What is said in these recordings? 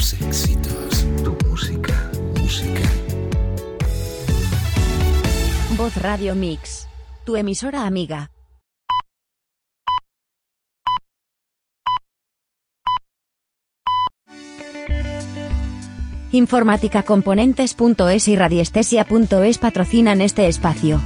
Tus éxitos, tu música. Voz Radio Mix, tu emisora amiga. Informáticacomponentes.es y Radiestesia.es patrocinan este espacio.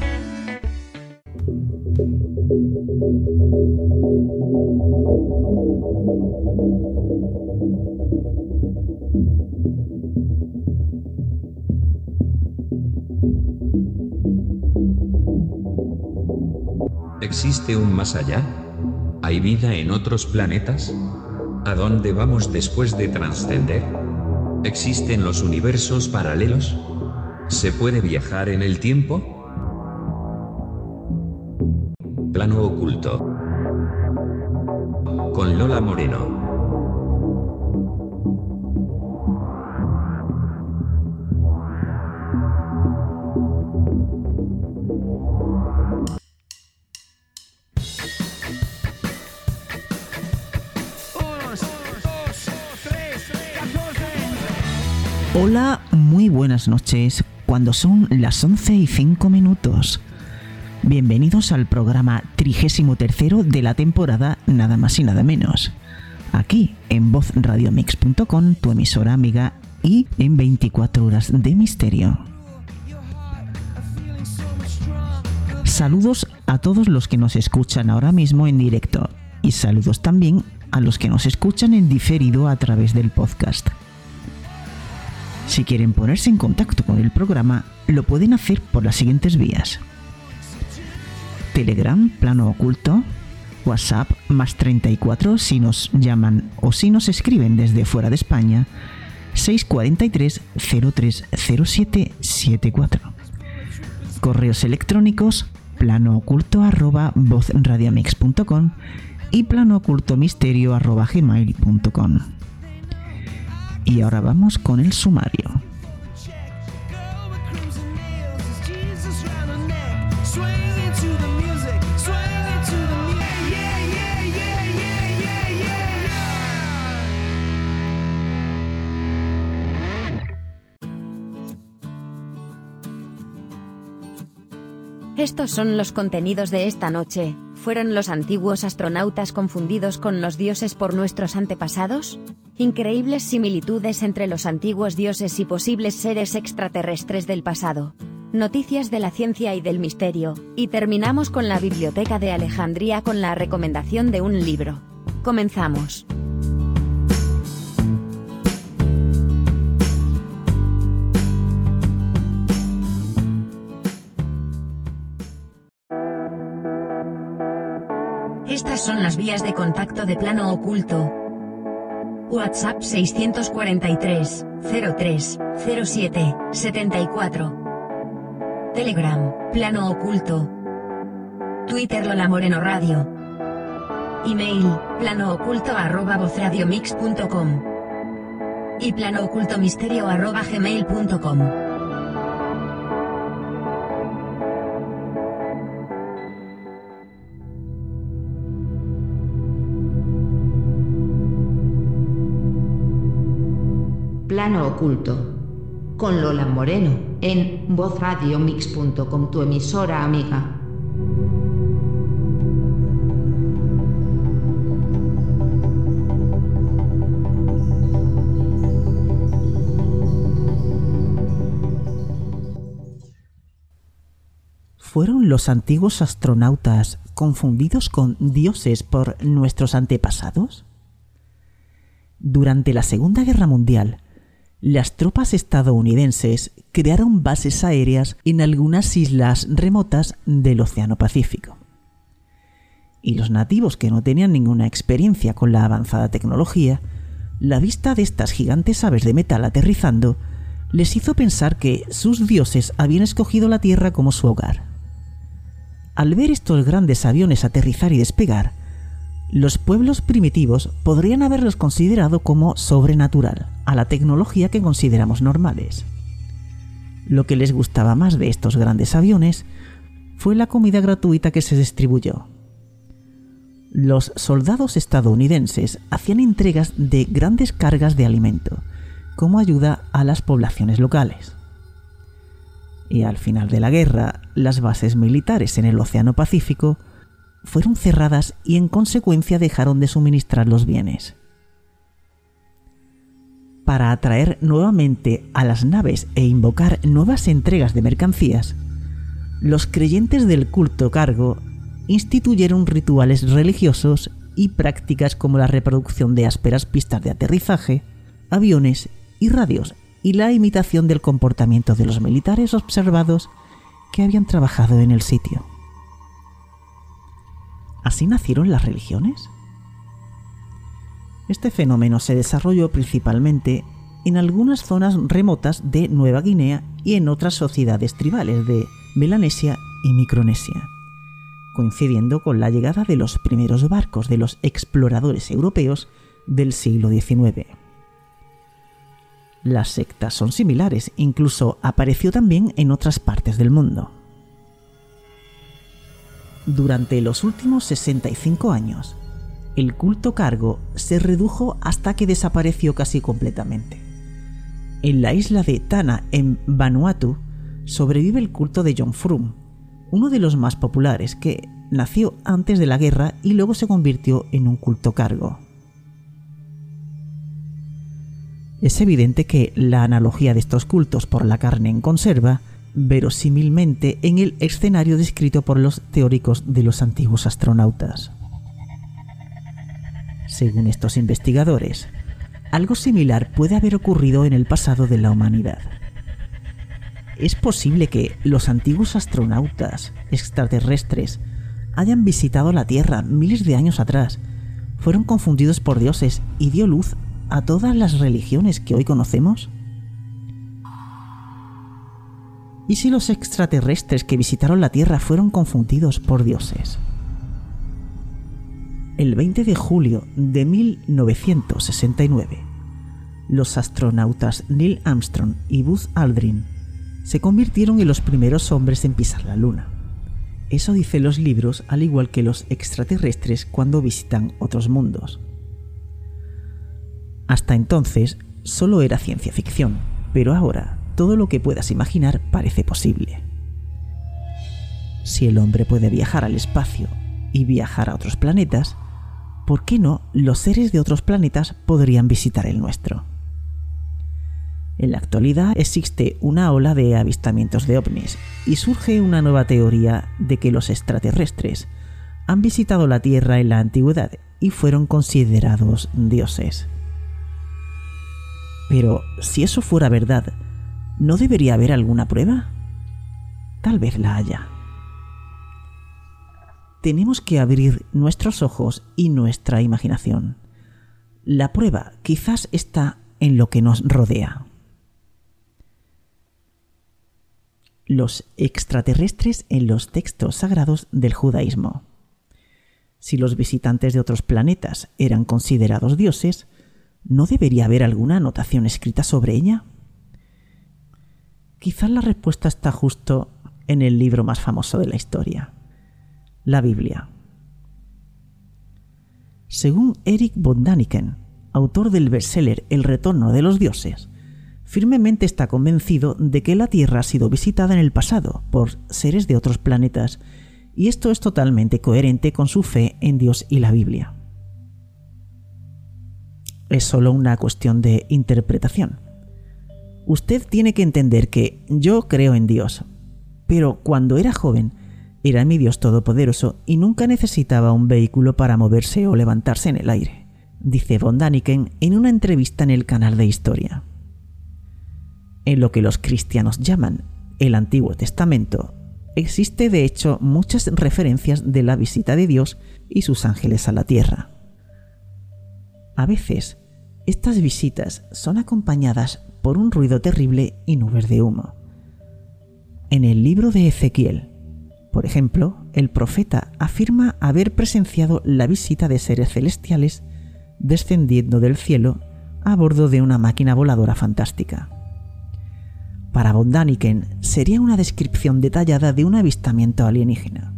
¿Existe un más allá? ¿Hay vida en otros planetas? ¿A dónde vamos después de trascender? ¿Existen los universos paralelos? ¿Se puede viajar en el tiempo? Plano oculto. Con Lola Moreno. Hola, muy buenas noches, cuando son las 11:05. Bienvenidos al programa 33º de la temporada Nada Más y Nada Menos. Aquí, en vozradiomix.com, tu emisora amiga, y en 24 horas de misterio. Saludos a todos los que nos escuchan ahora mismo en directo, y saludos también a los que nos escuchan en diferido a través del podcast. Si quieren ponerse en contacto con el programa, lo pueden hacer por las siguientes vías: Telegram, Plano Oculto; WhatsApp, +34 si nos llaman o si nos escriben desde fuera de España, 643 030774; correos electrónicos, planooculto@vozradiomix.com y planoocultomisterio@gmail.com. Y ahora vamos con el sumario. Estos son los contenidos de esta noche. ¿Fueron los antiguos astronautas confundidos con los dioses por nuestros antepasados? Increíbles similitudes entre los antiguos dioses y posibles seres extraterrestres del pasado. Noticias de la ciencia y del misterio, y terminamos con la Biblioteca de Alejandría con la recomendación de un libro. Comenzamos. Estas son las vías de contacto de Plano Oculto. WhatsApp 643 03 07 74. Telegram, Plano Oculto. Twitter Lola Moreno Radio. Email, planooculto@vozradiomix.com. Y planoocultomisterio@gmail.com. Plano Oculto, con Lola Moreno, en vozradiomix.com, tu emisora amiga. ¿Fueron los antiguos astronautas confundidos con dioses por nuestros antepasados? Durante la Segunda Guerra Mundial, las tropas estadounidenses crearon bases aéreas en algunas islas remotas del Océano Pacífico. Y los nativos que no tenían ninguna experiencia con la avanzada tecnología, la vista de estas gigantes aves de metal aterrizando les hizo pensar que sus dioses habían escogido la Tierra como su hogar. Al ver estos grandes aviones aterrizar y despegar, los pueblos primitivos podrían haberlos considerado como sobrenatural a la tecnología que consideramos normales. Lo que les gustaba más de estos grandes aviones fue la comida gratuita que se distribuyó. Los soldados estadounidenses hacían entregas de grandes cargas de alimento, como ayuda a las poblaciones locales. Y al final de la guerra, las bases militares en el Océano Pacífico fueron cerradas y en consecuencia dejaron de suministrar los bienes. Para atraer nuevamente a las naves e invocar nuevas entregas de mercancías, los creyentes del culto cargo instituyeron rituales religiosos y prácticas como la reproducción de ásperas pistas de aterrizaje, aviones y radios, y la imitación del comportamiento de los militares observados que habían trabajado en el sitio. ¿Así nacieron las religiones? Este fenómeno se desarrolló principalmente en algunas zonas remotas de Nueva Guinea y en otras sociedades tribales de Melanesia y Micronesia, coincidiendo con la llegada de los primeros barcos de los exploradores europeos del siglo XIX. Las sectas son similares, incluso apareció también en otras partes del mundo. Durante los últimos 65 años, el culto cargo se redujo hasta que desapareció casi completamente. En la isla de Tana, en Vanuatu, sobrevive el culto de John Frum, uno de los más populares, que nació antes de la guerra y luego se convirtió en un culto cargo. Es evidente que la analogía de estos cultos por la carne en conserva verosímilmente en el escenario descrito por los teóricos de los antiguos astronautas. Según estos investigadores, algo similar puede haber ocurrido en el pasado de la humanidad. Es posible que los antiguos astronautas extraterrestres hayan visitado la Tierra miles de años atrás, fueron confundidos por dioses y dio luz a todas las religiones que hoy conocemos. ¿Y si los extraterrestres que visitaron la Tierra fueron confundidos por dioses? El 20 de julio de 1969, los astronautas Neil Armstrong y Buzz Aldrin se convirtieron en los primeros hombres en pisar la Luna. Eso dicen los libros, al igual que los extraterrestres cuando visitan otros mundos. Hasta entonces solo era ciencia ficción, pero ahora todo lo que puedas imaginar parece posible. Si el hombre puede viajar al espacio y viajar a otros planetas, ¿por qué no los seres de otros planetas podrían visitar el nuestro? En la actualidad existe una ola de avistamientos de ovnis y surge una nueva teoría de que los extraterrestres han visitado la Tierra en la antigüedad y fueron considerados dioses. Pero si eso fuera verdad, ¿no debería haber alguna prueba? Tal vez la haya. Tenemos que abrir nuestros ojos y nuestra imaginación. La prueba quizás está en lo que nos rodea. Los extraterrestres en los textos sagrados del judaísmo. Si los visitantes de otros planetas eran considerados dioses, ¿no debería haber alguna anotación escrita sobre ella? Quizás la respuesta está justo en el libro más famoso de la historia, la Biblia. Según Eric von Däniken, autor del bestseller El retorno de los dioses, firmemente está convencido de que la Tierra ha sido visitada en el pasado por seres de otros planetas, y esto es totalmente coherente con su fe en Dios y la Biblia. Es solo una cuestión de interpretación. Usted tiene que entender que yo creo en Dios, pero cuando era joven era mi Dios todopoderoso y nunca necesitaba un vehículo para moverse o levantarse en el aire, dice von Däniken en una entrevista en el canal de Historia. En lo que los cristianos llaman el Antiguo Testamento, existe de hecho muchas referencias de la visita de Dios y sus ángeles a la tierra. A veces, estas visitas son acompañadas por un ruido terrible y nubes de humo. En el libro de Ezequiel, por ejemplo, el profeta afirma haber presenciado la visita de seres celestiales descendiendo del cielo a bordo de una máquina voladora fantástica. Para von Däniken sería una descripción detallada de un avistamiento alienígena.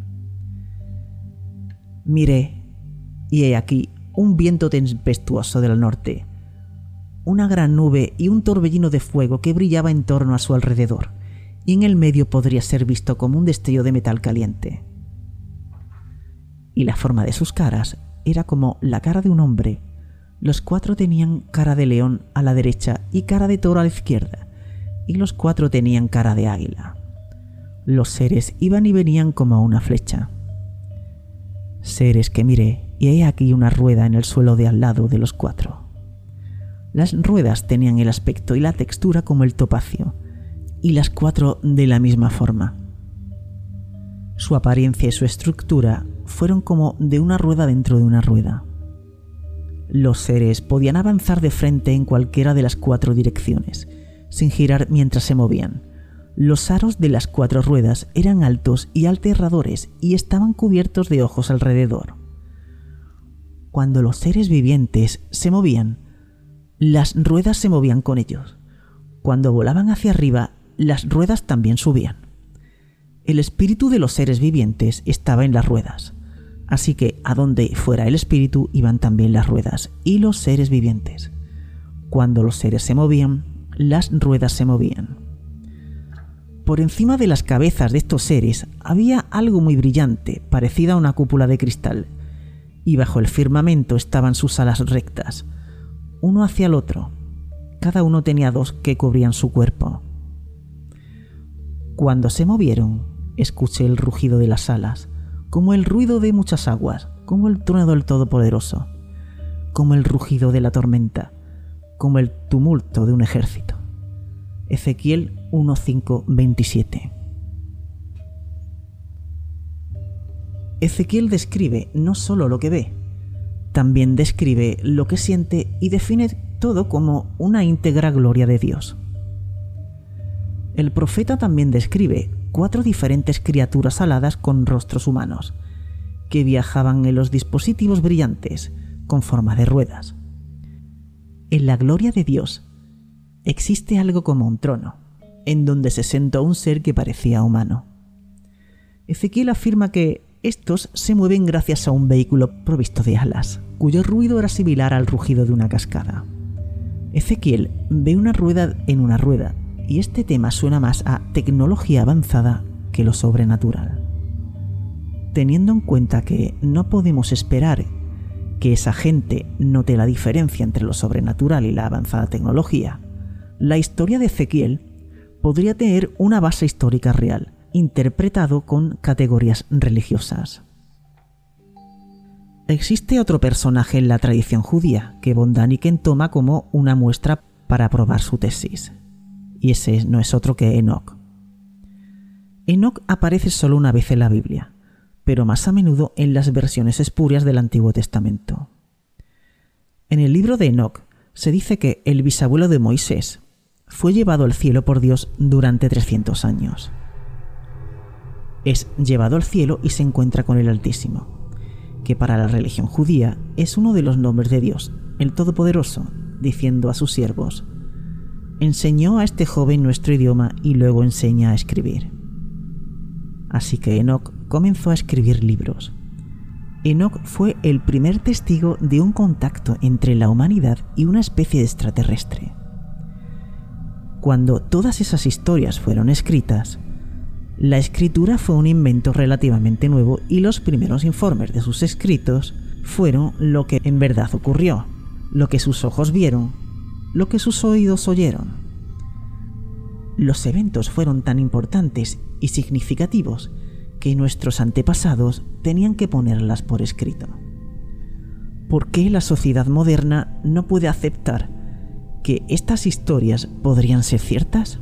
Miré, y he aquí un viento tempestuoso del norte, una gran nube y un torbellino de fuego que brillaba en torno a su alrededor, y en el medio podría ser visto como un destello de metal caliente. Y la forma de sus caras era como la cara de un hombre. Los 4 tenían cara de león a la derecha y cara de toro a la izquierda, y los 4 tenían cara de águila. Los seres iban y venían como una flecha. Seres que miré, y he aquí una rueda en el suelo de al lado de los 4. Las ruedas tenían el aspecto y la textura como el topacio, y las 4 de la misma forma. Su apariencia y su estructura fueron como de una rueda dentro de una rueda. Los seres podían avanzar de frente en cualquiera de las 4 direcciones, sin girar mientras se movían. Los aros de las 4 ruedas eran altos y aterradores y estaban cubiertos de ojos alrededor. Cuando los seres vivientes se movían, las ruedas se movían con ellos. Cuando volaban hacia arriba, las ruedas también subían. El espíritu de los seres vivientes estaba en las ruedas, así que a donde fuera el espíritu iban también las ruedas y los seres vivientes. Cuando los seres se movían, las ruedas se movían. Por encima de las cabezas de estos seres había algo muy brillante, parecido a una cúpula de cristal, y bajo el firmamento estaban sus alas rectas, uno hacia el otro. Cada uno tenía 2 que cubrían su cuerpo. Cuando se movieron, escuché el rugido de las alas, como el ruido de muchas aguas, como el trueno del Todopoderoso, como el rugido de la tormenta, como el tumulto de un ejército. Ezequiel 1:5-27. Ezequiel describe no solo lo que ve, también describe lo que siente y define todo como una íntegra gloria de Dios. El profeta también describe 4 diferentes criaturas aladas con rostros humanos, que viajaban en los dispositivos brillantes con forma de ruedas. En la gloria de Dios existe algo como un trono, en donde se sentó un ser que parecía humano. Ezequiel afirma que estos se mueven gracias a un vehículo provisto de alas, cuyo ruido era similar al rugido de una cascada. Ezequiel ve una rueda en una rueda, y este tema suena más a tecnología avanzada que lo sobrenatural. Teniendo en cuenta que no podemos esperar que esa gente note la diferencia entre lo sobrenatural y la avanzada tecnología, la historia de Ezequiel podría tener una base histórica real, interpretado con categorías religiosas. Existe otro personaje en la tradición judía que von Daniken toma como una muestra para probar su tesis, y ese no es otro que Enoc. Enoc aparece solo una vez en la Biblia, pero más a menudo en las versiones espurias del Antiguo Testamento. En el libro de Enoc se dice que el bisabuelo de Moisés fue llevado al cielo por Dios durante 300 años. Es llevado al cielo y se encuentra con el Altísimo, que para la religión judía es uno de los nombres de Dios, el Todopoderoso, diciendo a sus siervos: enseñó a este joven nuestro idioma y luego enseña a escribir. Así que Enoc comenzó a escribir libros. Enoc fue el primer testigo de un contacto entre la humanidad y una especie de extraterrestre. Cuando todas esas historias fueron escritas, la escritura fue un invento relativamente nuevo y los primeros informes de sus escritos fueron lo que en verdad ocurrió, lo que sus ojos vieron, lo que sus oídos oyeron. Los eventos fueron tan importantes y significativos que nuestros antepasados tenían que ponerlas por escrito. ¿Por qué la sociedad moderna no puede aceptar que estas historias podrían ser ciertas?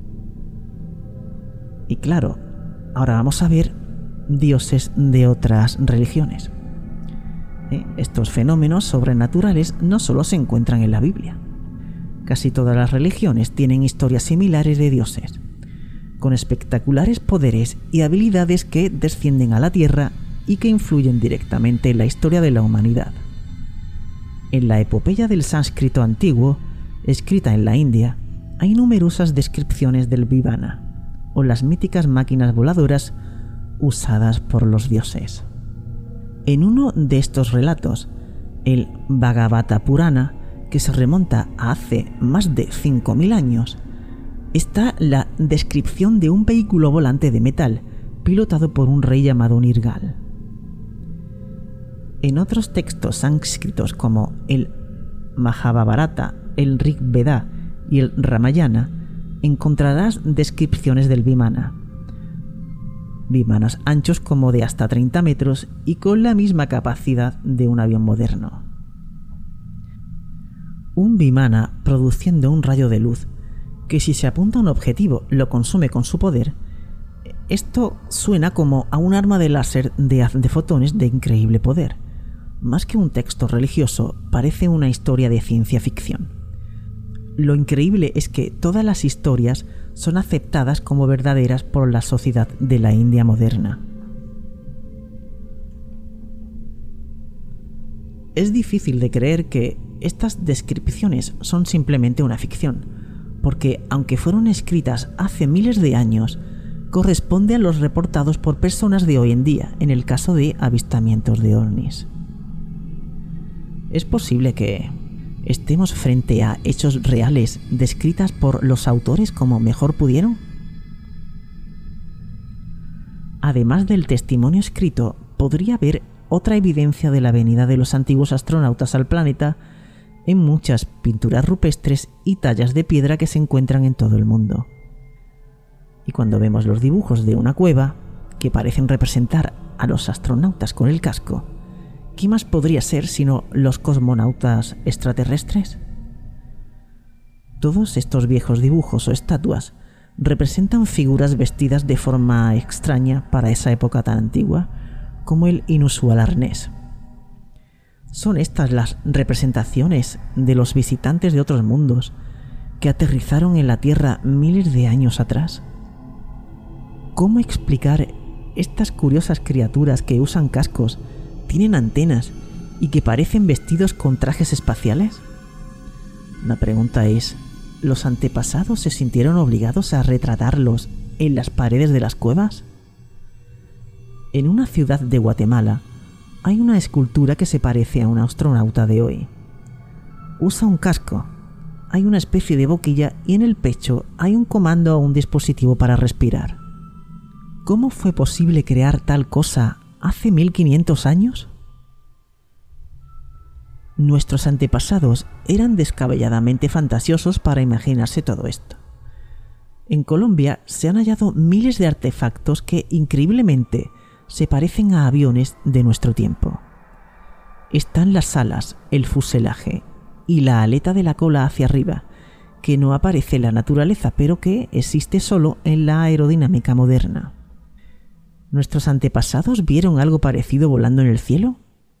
Y claro, ahora vamos a ver dioses de otras religiones. Estos fenómenos sobrenaturales no solo se encuentran en la Biblia. Casi todas las religiones tienen historias similares de dioses, con espectaculares poderes y habilidades que descienden a la tierra y que influyen directamente en la historia de la humanidad. En la epopeya del sánscrito antiguo, escrita en la India, hay numerosas descripciones del Vivana, o las míticas máquinas voladoras usadas por los dioses. En uno de estos relatos, el Bhagavata Purana, que se remonta a hace más de 5.000 años, está la descripción de un vehículo volante de metal pilotado por un rey llamado Nirgal. En otros textos sánscritos como el Mahabharata, el Rig Veda y el Ramayana encontrarás descripciones del vimana. Vimanas anchos como de hasta 30 metros y con la misma capacidad de un avión moderno. Un vimana produciendo un rayo de luz que si se apunta a un objetivo lo consume con su poder. Esto suena como a un arma de láser de haz de fotones de increíble poder. Más que un texto religioso, parece una historia de ciencia ficción. Lo increíble es que todas las historias son aceptadas como verdaderas por la sociedad de la India moderna. Es difícil de creer que estas descripciones son simplemente una ficción, porque aunque fueron escritas hace miles de años, corresponde a los reportados por personas de hoy en día en el caso de avistamientos de ovnis. ¿Es posible que estemos frente a hechos reales descritas por los autores como mejor pudieron? Además del testimonio escrito, podría haber otra evidencia de la venida de los antiguos astronautas al planeta en muchas pinturas rupestres y tallas de piedra que se encuentran en todo el mundo. Y cuando vemos los dibujos de una cueva, que parecen representar a los astronautas con el casco, ¿qué más podría ser sino los cosmonautas extraterrestres? Todos estos viejos dibujos o estatuas representan figuras vestidas de forma extraña para esa época tan antigua, como el inusual arnés. ¿Son estas las representaciones de los visitantes de otros mundos que aterrizaron en la Tierra miles de años atrás? ¿Cómo explicar estas curiosas criaturas que usan cascos, tienen antenas y que parecen vestidos con trajes espaciales? La pregunta es, ¿los antepasados se sintieron obligados a retratarlos en las paredes de las cuevas? En una ciudad de Guatemala hay una escultura que se parece a un astronauta de hoy. Usa un casco, hay una especie de boquilla y en el pecho hay un comando o un dispositivo para respirar. ¿Cómo fue posible crear tal cosa hace 1500 años? Nuestros antepasados eran descabelladamente fantasiosos para imaginarse todo esto. En Colombia se han hallado miles de artefactos que, increíblemente, se parecen a aviones de nuestro tiempo. Están las alas, el fuselaje y la aleta de la cola hacia arriba, que no aparece en la naturaleza, pero que existe solo en la aerodinámica moderna. ¿Nuestros antepasados vieron algo parecido volando en el cielo?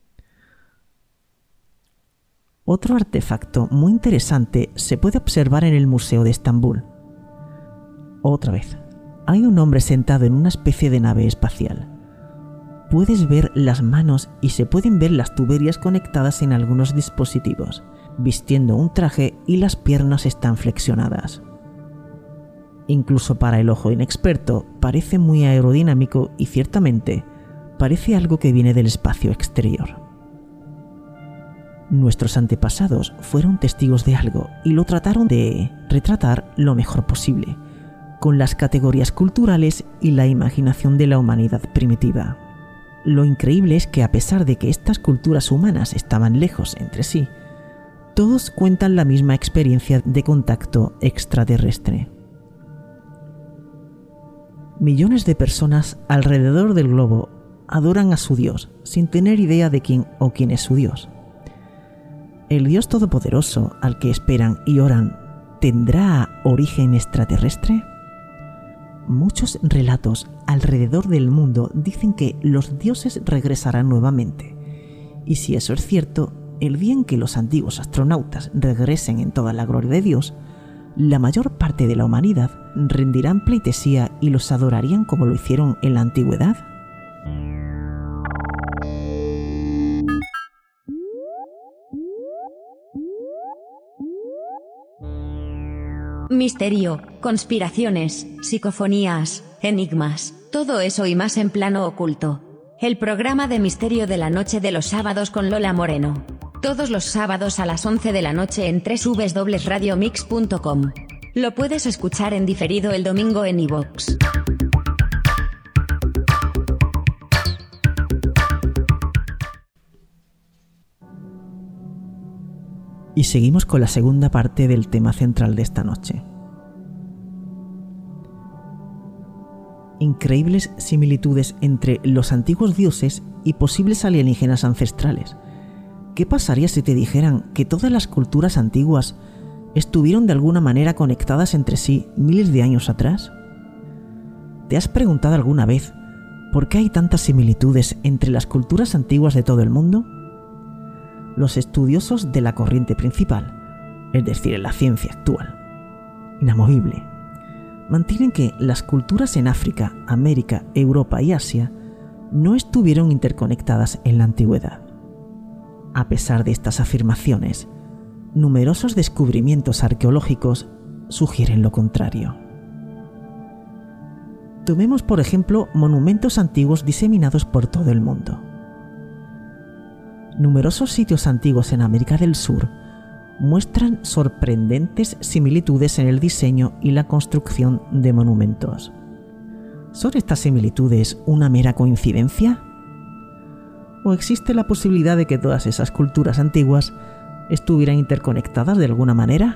Otro artefacto muy interesante se puede observar en el Museo de Estambul. Otra vez, hay un hombre sentado en una especie de nave espacial. Puedes ver las manos y se pueden ver las tuberías conectadas en algunos dispositivos, vistiendo un traje y las piernas están flexionadas. Incluso para el ojo inexperto parece muy aerodinámico y ciertamente parece algo que viene del espacio exterior. Nuestros antepasados fueron testigos de algo y lo trataron de retratar lo mejor posible, con las categorías culturales y la imaginación de la humanidad primitiva. Lo increíble es que a pesar de que estas culturas humanas estaban lejos entre sí, todos cuentan la misma experiencia de contacto extraterrestre. Millones de personas alrededor del globo adoran a su Dios sin tener idea de quién o quién es su Dios. ¿El Dios Todopoderoso al que esperan y oran tendrá origen extraterrestre? Muchos relatos alrededor del mundo dicen que los dioses regresarán nuevamente. Y si eso es cierto, el día en que los antiguos astronautas regresen en toda la gloria de Dios, la mayor parte de la humanidad rendirán pleitesía y los adorarían como lo hicieron en la antigüedad. Misterio, conspiraciones, psicofonías, enigmas, todo eso y más en Plano Oculto. El programa de misterio de la noche de los sábados con Lola Moreno. todos los sábados a las 11 de la noche en www.radiomix.com. Lo puedes escuchar en diferido el domingo en iVoox. Y seguimos con la segunda parte del tema central de esta noche. Increíbles similitudes entre los antiguos dioses y posibles alienígenas ancestrales. ¿Qué pasaría si te dijeran que todas las culturas antiguas estuvieron de alguna manera conectadas entre sí miles de años atrás? ¿Te has preguntado alguna vez por qué hay tantas similitudes entre las culturas antiguas de todo el mundo? Los estudiosos de la corriente principal, es decir, la ciencia actual, inamovible, mantienen que las culturas en África, América, Europa y Asia no estuvieron interconectadas en la antigüedad. A pesar de estas afirmaciones, numerosos descubrimientos arqueológicos sugieren lo contrario. Tomemos, por ejemplo, monumentos antiguos diseminados por todo el mundo. Numerosos sitios antiguos en América del Sur muestran sorprendentes similitudes en el diseño y la construcción de monumentos. ¿Son estas similitudes una mera coincidencia? ¿O existe la posibilidad de que todas esas culturas antiguas estuvieran interconectadas de alguna manera?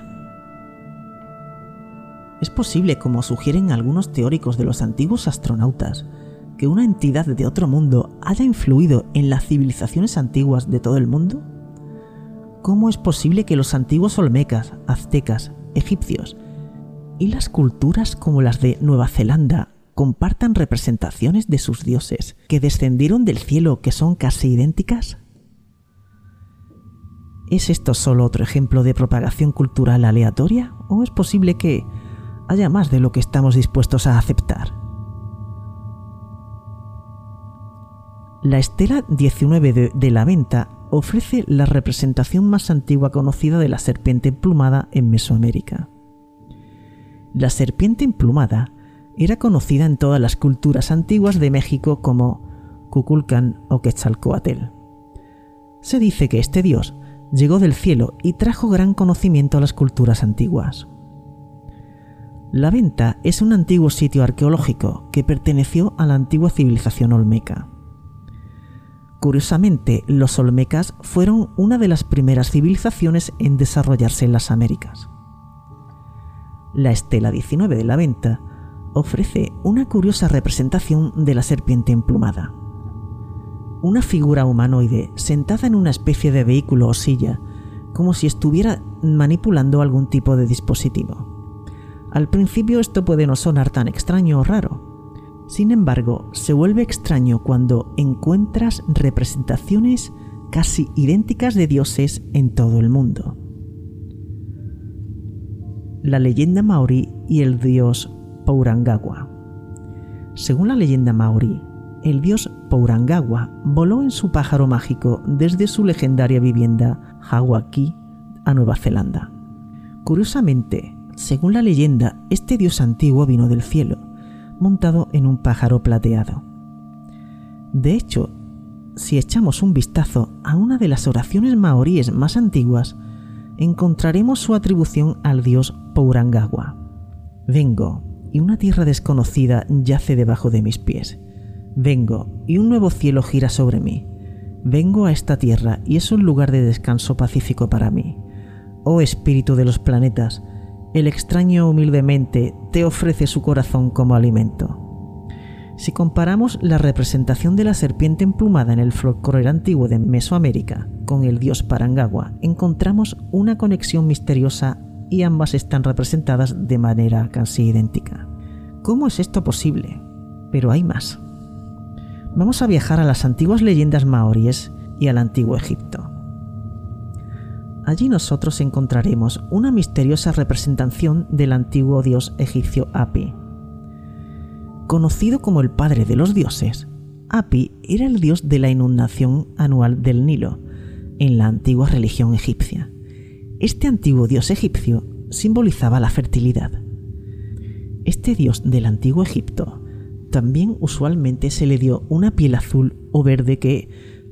Es posible, como sugieren algunos teóricos de los antiguos astronautas, que una entidad de otro mundo haya influido en las civilizaciones antiguas de todo el mundo? ¿Cómo es posible que los antiguos olmecas, aztecas, egipcios y las culturas como las de Nueva Zelanda compartan representaciones de sus dioses que descendieron del cielo que son casi idénticas? ¿Es esto solo otro ejemplo de propagación cultural aleatoria? ¿O es posible que haya más de lo que estamos dispuestos a aceptar? La estela 19 de la Venta ofrece la representación más antigua conocida de la serpiente emplumada en Mesoamérica. La serpiente emplumada era conocida en todas las culturas antiguas de México como Kukulcán o Quetzalcóatl. Se dice que este dios llegó del cielo y trajo gran conocimiento a las culturas antiguas. La Venta es un antiguo sitio arqueológico que perteneció a la antigua civilización olmeca. Curiosamente, los olmecas fueron una de las primeras civilizaciones en desarrollarse en las Américas. La estela 19 de la Venta ofrece una curiosa representación de la serpiente emplumada. Una figura humanoide sentada en una especie de vehículo o silla, como si estuviera manipulando algún tipo de dispositivo. Al principio esto puede no sonar tan extraño o raro. Sin embargo, se vuelve extraño cuando encuentras representaciones casi idénticas de dioses en todo el mundo. La leyenda maorí y el dios Pourangawa. Según la leyenda maorí, el dios Pourangawa voló en su pájaro mágico desde su legendaria vivienda Hawaii a Nueva Zelanda. Curiosamente, según la leyenda, este dios antiguo vino del cielo, montado en un pájaro plateado. De hecho, si echamos un vistazo a una de las oraciones maoríes más antiguas, encontraremos su atribución al dios Pourangawa. Vengo, y una tierra desconocida yace debajo de mis pies. Vengo, y un nuevo cielo gira sobre mí. Vengo a esta tierra, y es un lugar de descanso pacífico para mí. Oh espíritu de los planetas, el extraño humildemente te ofrece su corazón como alimento. Si comparamos la representación de la serpiente emplumada en el folclore antiguo de Mesoamérica con el dios Pourangawa, encontramos una conexión misteriosa y ambas están representadas de manera casi idéntica. ¿Cómo es esto posible? Pero hay más. Vamos a viajar a las antiguas leyendas maoríes y al antiguo Egipto. Allí nosotros encontraremos una misteriosa representación del antiguo dios egipcio Api. Conocido como el padre de los dioses, Api era el dios de la inundación anual del Nilo en la antigua religión egipcia. Este antiguo dios egipcio simbolizaba la fertilidad. Este dios del antiguo Egipto también usualmente se le dio una piel azul o verde que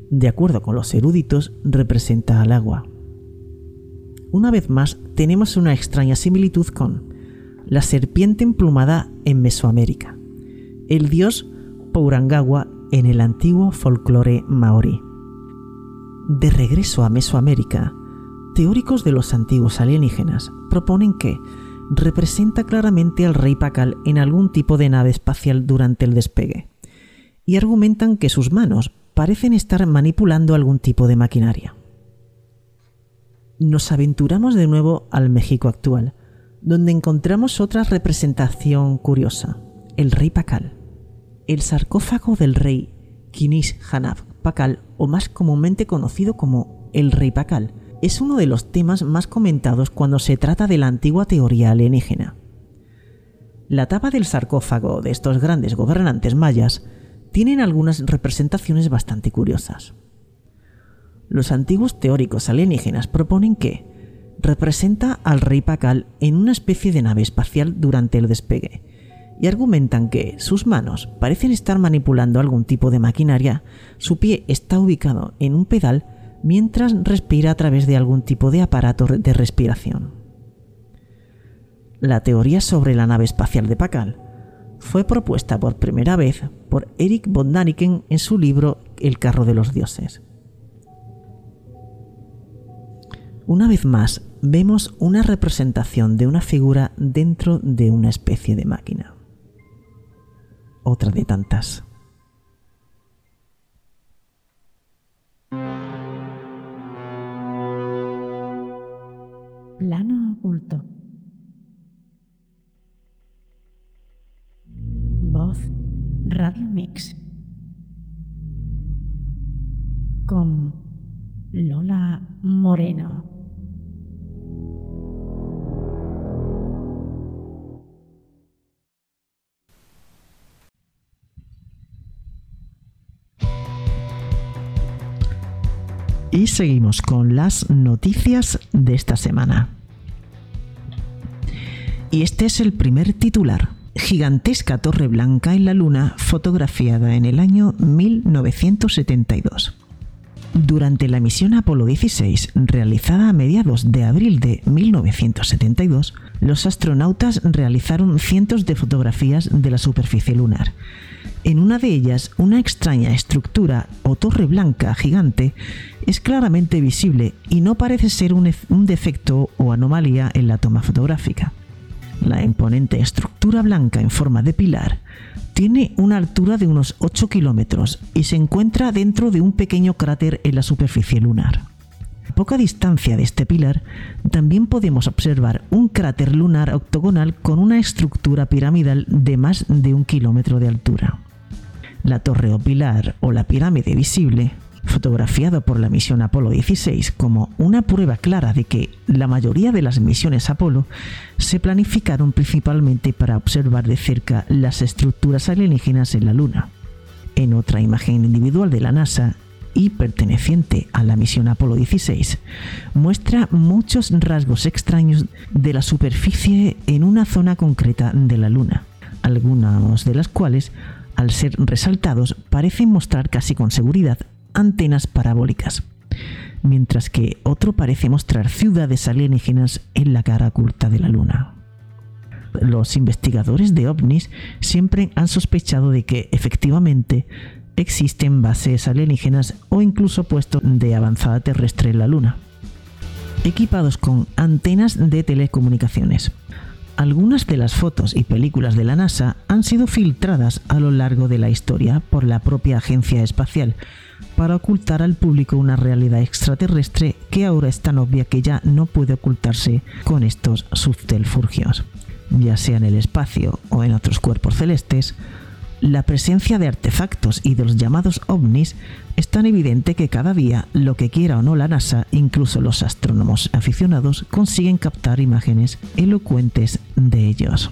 De acuerdo con los eruditos, representa al agua. Una vez más, tenemos una extraña similitud con la serpiente emplumada en Mesoamérica, el dios Pourangawa en el antiguo folclore maorí. De regreso a Mesoamérica, teóricos de los antiguos alienígenas proponen que representa claramente al rey Pakal en algún tipo de nave espacial durante el despegue, y argumentan que sus manos parecen estar manipulando algún tipo de maquinaria. Nos aventuramos de nuevo al México actual, donde encontramos otra representación curiosa, el rey Pakal. El sarcófago del rey Kinish Hanaf Pakal, o más comúnmente conocido como el rey Pakal, es uno de los temas más comentados cuando se trata de la antigua teoría alienígena. La tapa del sarcófago de estos grandes gobernantes mayas tienen algunas representaciones bastante curiosas. Los antiguos teóricos alienígenas proponen que representa al rey Pakal en una especie de nave espacial durante el despegue, y argumentan que sus manos parecen estar manipulando algún tipo de maquinaria, su pie está ubicado en un pedal mientras respira a través de algún tipo de aparato de respiración. La teoría sobre la nave espacial de Pakal fue propuesta por primera vez por Eric von Daniken en su libro El carro de los dioses. Una vez más, vemos una representación de una figura dentro de una especie de máquina. Otra de tantas. Plano oculto. Voz Radio Mix. Con Lola Moreno. Y seguimos con las noticias de esta semana. Y este es el primer titular. Gigantesca torre blanca en la Luna fotografiada en el año 1972. Durante la misión Apolo 16, realizada a mediados de abril de 1972, los astronautas realizaron cientos de fotografías de la superficie lunar. En una de ellas, una extraña estructura o torre blanca gigante es claramente visible y no parece ser un defecto o anomalía en la toma fotográfica. La imponente estructura blanca en forma de pilar tiene una altura de unos 8 kilómetros y se encuentra dentro de un pequeño cráter en la superficie lunar. A poca distancia de este pilar también podemos observar un cráter lunar octogonal con una estructura piramidal de más de 1 kilómetro de altura. La torre o pilar o la pirámide visible, fotografiado por la misión Apolo 16 como una prueba clara de que la mayoría de las misiones Apolo se planificaron principalmente para observar de cerca las estructuras alienígenas en la Luna. En otra imagen individual de la NASA y perteneciente a la misión Apolo 16, muestra muchos rasgos extraños de la superficie en una zona concreta de la Luna, algunos de las cuales, al ser resaltados, parecen mostrar casi con seguridad antenas parabólicas, mientras que otro parece mostrar ciudades alienígenas en la cara oculta de la Luna. Los investigadores de ovnis siempre han sospechado de que efectivamente existen bases alienígenas o incluso puestos de avanzada terrestre en la Luna, equipados con antenas de telecomunicaciones. Algunas de las fotos y películas de la NASA han sido filtradas a lo largo de la historia por la propia agencia espacial para ocultar al público una realidad extraterrestre que ahora es tan obvia que ya no puede ocultarse con estos subterfugios. Ya sea en el espacio o en otros cuerpos celestes, la presencia de artefactos y de los llamados ovnis es tan evidente que cada día, lo que quiera o no la NASA, incluso los astrónomos aficionados, consiguen captar imágenes elocuentes de ellos.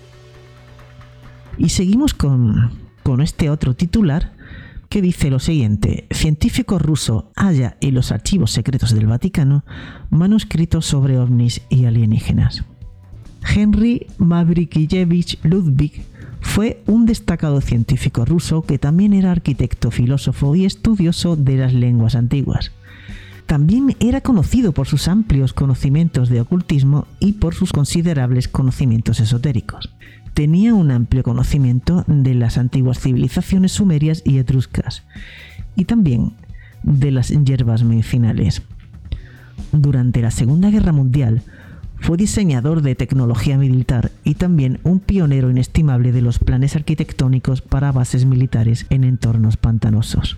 Y seguimos con este otro titular que dice lo siguiente: científico ruso halla en los archivos secretos del Vaticano manuscritos sobre ovnis y alienígenas. Henry Mavrikyevich Ludwig Fue un destacado científico ruso que también era arquitecto, filósofo y estudioso de las lenguas antiguas. También era conocido por sus amplios conocimientos de ocultismo y por sus considerables conocimientos esotéricos. Tenía un amplio conocimiento de las antiguas civilizaciones sumerias y etruscas, y también de las hierbas medicinales. Durante la Segunda Guerra Mundial, fue diseñador de tecnología militar y también un pionero inestimable de los planes arquitectónicos para bases militares en entornos pantanosos.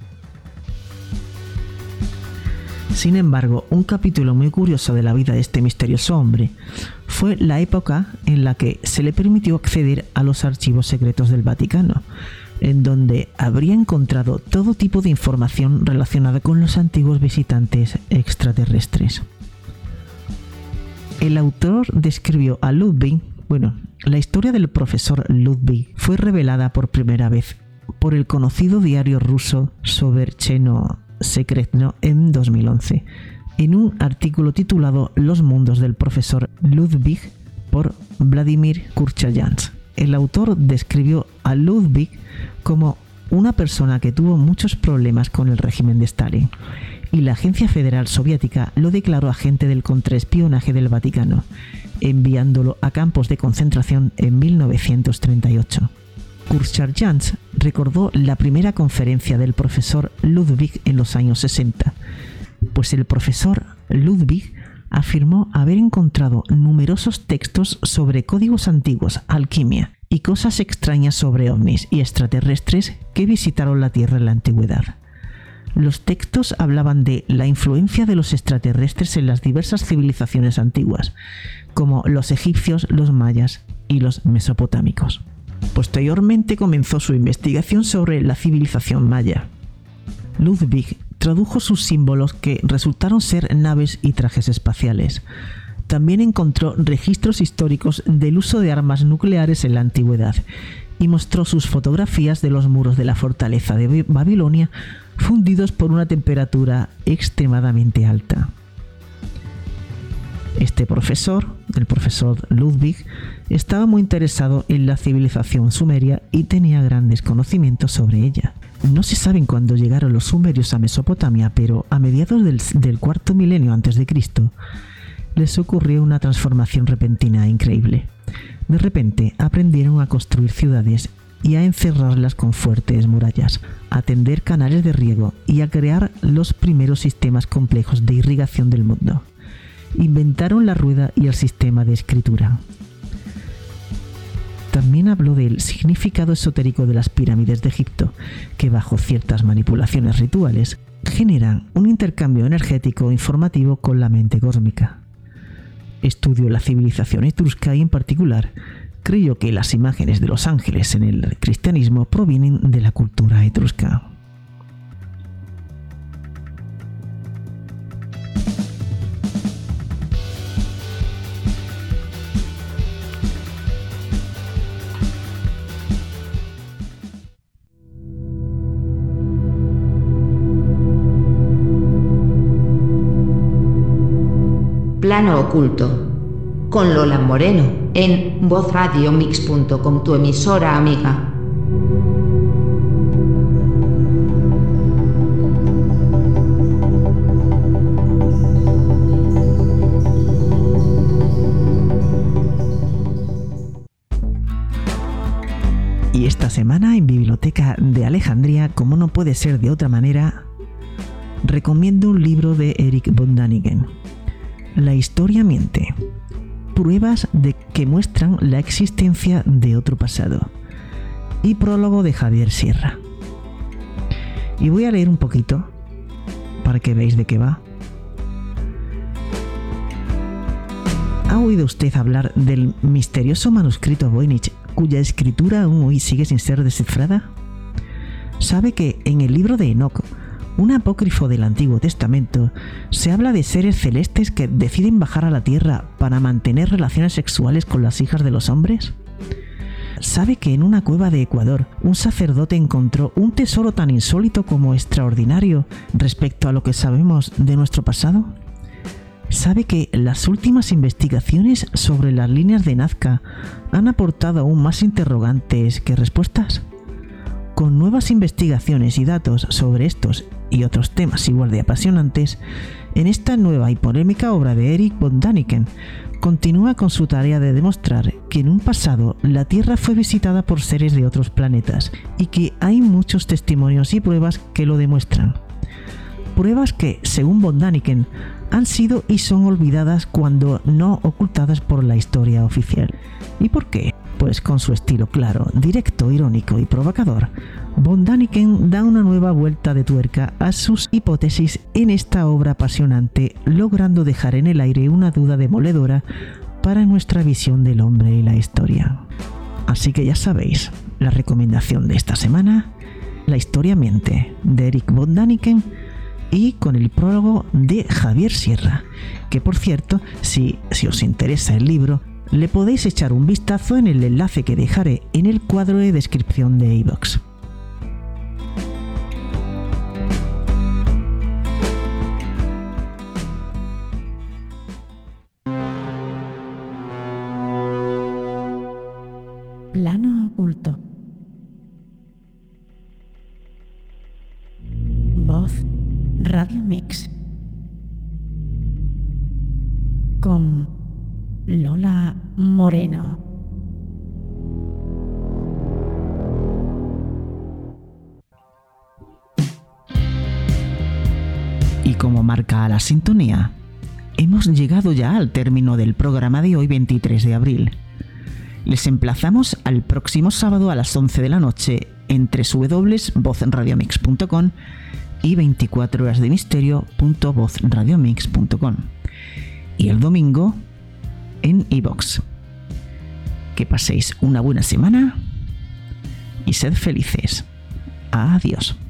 Sin embargo, un capítulo muy curioso de la vida de este misterioso hombre fue la época en la que se le permitió acceder a los archivos secretos del Vaticano, en donde habría encontrado todo tipo de información relacionada con los antiguos visitantes extraterrestres. El autor describió a Ludwig. La historia del profesor Ludwig fue revelada por primera vez por el conocido diario ruso Sovercheno Secretno en 2011, en un artículo titulado Los mundos del profesor Ludwig por Vladimir Kurchayans. El autor describió a Ludwig como una persona que tuvo muchos problemas con el régimen de Stalin, y la Agencia Federal Soviética lo declaró agente del contraespionaje del Vaticano, enviándolo a campos de concentración en 1938. Kurchayans recordó la primera conferencia del profesor Ludwig en los años 60, pues el profesor Ludwig afirmó haber encontrado numerosos textos sobre códigos antiguos, alquimia y cosas extrañas sobre ovnis y extraterrestres que visitaron la Tierra en la antigüedad. Los textos hablaban de la influencia de los extraterrestres en las diversas civilizaciones antiguas, como los egipcios, los mayas y los mesopotámicos. Posteriormente comenzó su investigación sobre la civilización maya. Ludwig tradujo sus símbolos, que resultaron ser naves y trajes espaciales. También encontró registros históricos del uso de armas nucleares en la antigüedad y mostró sus fotografías de los muros de la fortaleza de Babilonia fundidos por una temperatura extremadamente alta. Este profesor, el profesor Ludwig, estaba muy interesado en la civilización sumeria y tenía grandes conocimientos sobre ella. No se sabe cuándo llegaron los sumerios a Mesopotamia, pero a mediados del cuarto milenio antes de Cristo les ocurrió una transformación repentina e increíble. De repente aprendieron a construir ciudades y a encerrarlas con fuertes murallas, a tender canales de riego y a crear los primeros sistemas complejos de irrigación del mundo. Inventaron la rueda y el sistema de escritura. También habló del significado esotérico de las pirámides de Egipto, que bajo ciertas manipulaciones rituales generan un intercambio energético informativo con la mente cósmica. Estudió la civilización etrusca y en particular creyó que las imágenes de los ángeles en el cristianismo provienen de la cultura etrusca. Plano Oculto, con Lola Moreno, en vozradiomix.com, tu emisora amiga. Y esta semana en Biblioteca de Alejandría, como no puede ser de otra manera, recomiendo un libro de Eric von Däniken. La historia miente. Pruebas de que muestran la existencia de otro pasado. Y prólogo de Javier Sierra. Y voy a leer un poquito para que veáis de qué va. ¿Ha oído usted hablar del misterioso manuscrito Voynich, cuya escritura aún hoy sigue sin ser descifrada? ¿Sabe que en el libro de Enoc, un apócrifo del Antiguo Testamento, se habla de seres celestes que deciden bajar a la tierra para mantener relaciones sexuales con las hijas de los hombres? ¿Sabe que en una cueva de Ecuador un sacerdote encontró un tesoro tan insólito como extraordinario respecto a lo que sabemos de nuestro pasado? sabe que las últimas investigaciones sobre las líneas de Nazca han aportado aún más interrogantes que respuestas. Con nuevas investigaciones y datos sobre estos y otros temas igual de apasionantes, en esta nueva y polémica obra de Erich von Däniken, continúa con su tarea de demostrar que en un pasado la Tierra fue visitada por seres de otros planetas y que hay muchos testimonios y pruebas que lo demuestran. Pruebas que, según von Däniken, han sido y son olvidadas cuando no ocultadas por la historia oficial. ¿Y por qué? Pues con su estilo claro, directo, irónico y provocador, von Däniken da una nueva vuelta de tuerca a sus hipótesis en esta obra apasionante, logrando dejar en el aire una duda demoledora para nuestra visión del hombre y la historia. Así que ya sabéis, la recomendación de esta semana, La historia miente, de Erich von Däniken, y con el prólogo de Javier Sierra, que por cierto, si os interesa el libro, le podéis echar un vistazo en el enlace que dejaré en el cuadro de descripción de iVoox. Plano oculto. Voz Radio Mix. Con Lola Moreno. Y como marca la sintonía, hemos llegado ya al término del programa de hoy, 23 de abril. Les emplazamos al próximo sábado a las 11 de la noche en www.vozradiomix.com y 24horasdemisterio.vozradiomix.com, y el domingo en iVoox. Que paséis una buena semana y sed felices. Adiós.